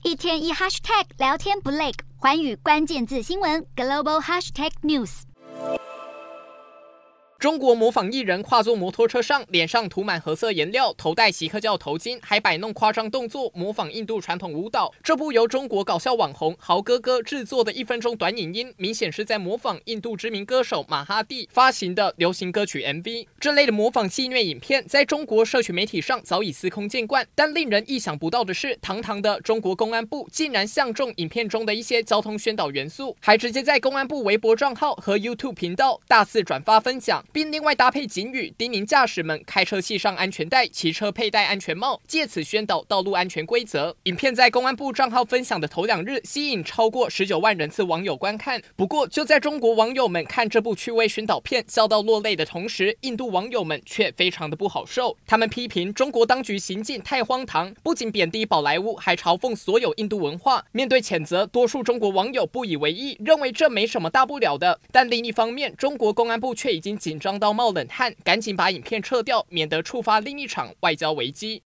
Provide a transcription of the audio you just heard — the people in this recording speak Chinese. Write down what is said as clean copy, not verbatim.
一天一 hashtag 聊天不累，寰宇关键字新闻 global hashtag news。 中国模仿艺人跨坐摩托车上，脸上涂满褐色颜料，头戴锡克教头巾，还摆弄夸张动作，模仿印度传统舞蹈。这部由中国搞笑网红豪哥哥制作的1分钟短影音，明显是在模仿印度知名歌手马哈蒂发行的流行歌曲 MV。这类的模仿戏谑影片，在中国社群媒体上早已司空见惯。但令人意想不到的是，堂堂的中国公安部竟然相中影片中的一些交通宣导元素，还直接在公安部微博账号和 YouTube 频道大肆转发分享。并另外搭配警语，叮咛驾驶们开车系上安全带，骑车佩戴安全帽，借此宣导道路安全规则。影片在公安部账号分享的头2日，吸引超过19万人次网友观看。不过，就在中国网友们看这部趣味宣导片笑到落泪的同时，印度网友们却非常的不好受。他们批评中国当局行径太荒唐，不仅贬低宝莱坞，还嘲讽所有印度文化。面对谴责，多数中国网友不以为意，认为这没什么大不了的。但另一方面，中国公安部却已经紧张到冒冷汗，赶紧把影片撤掉，免得触发另一场外交危机。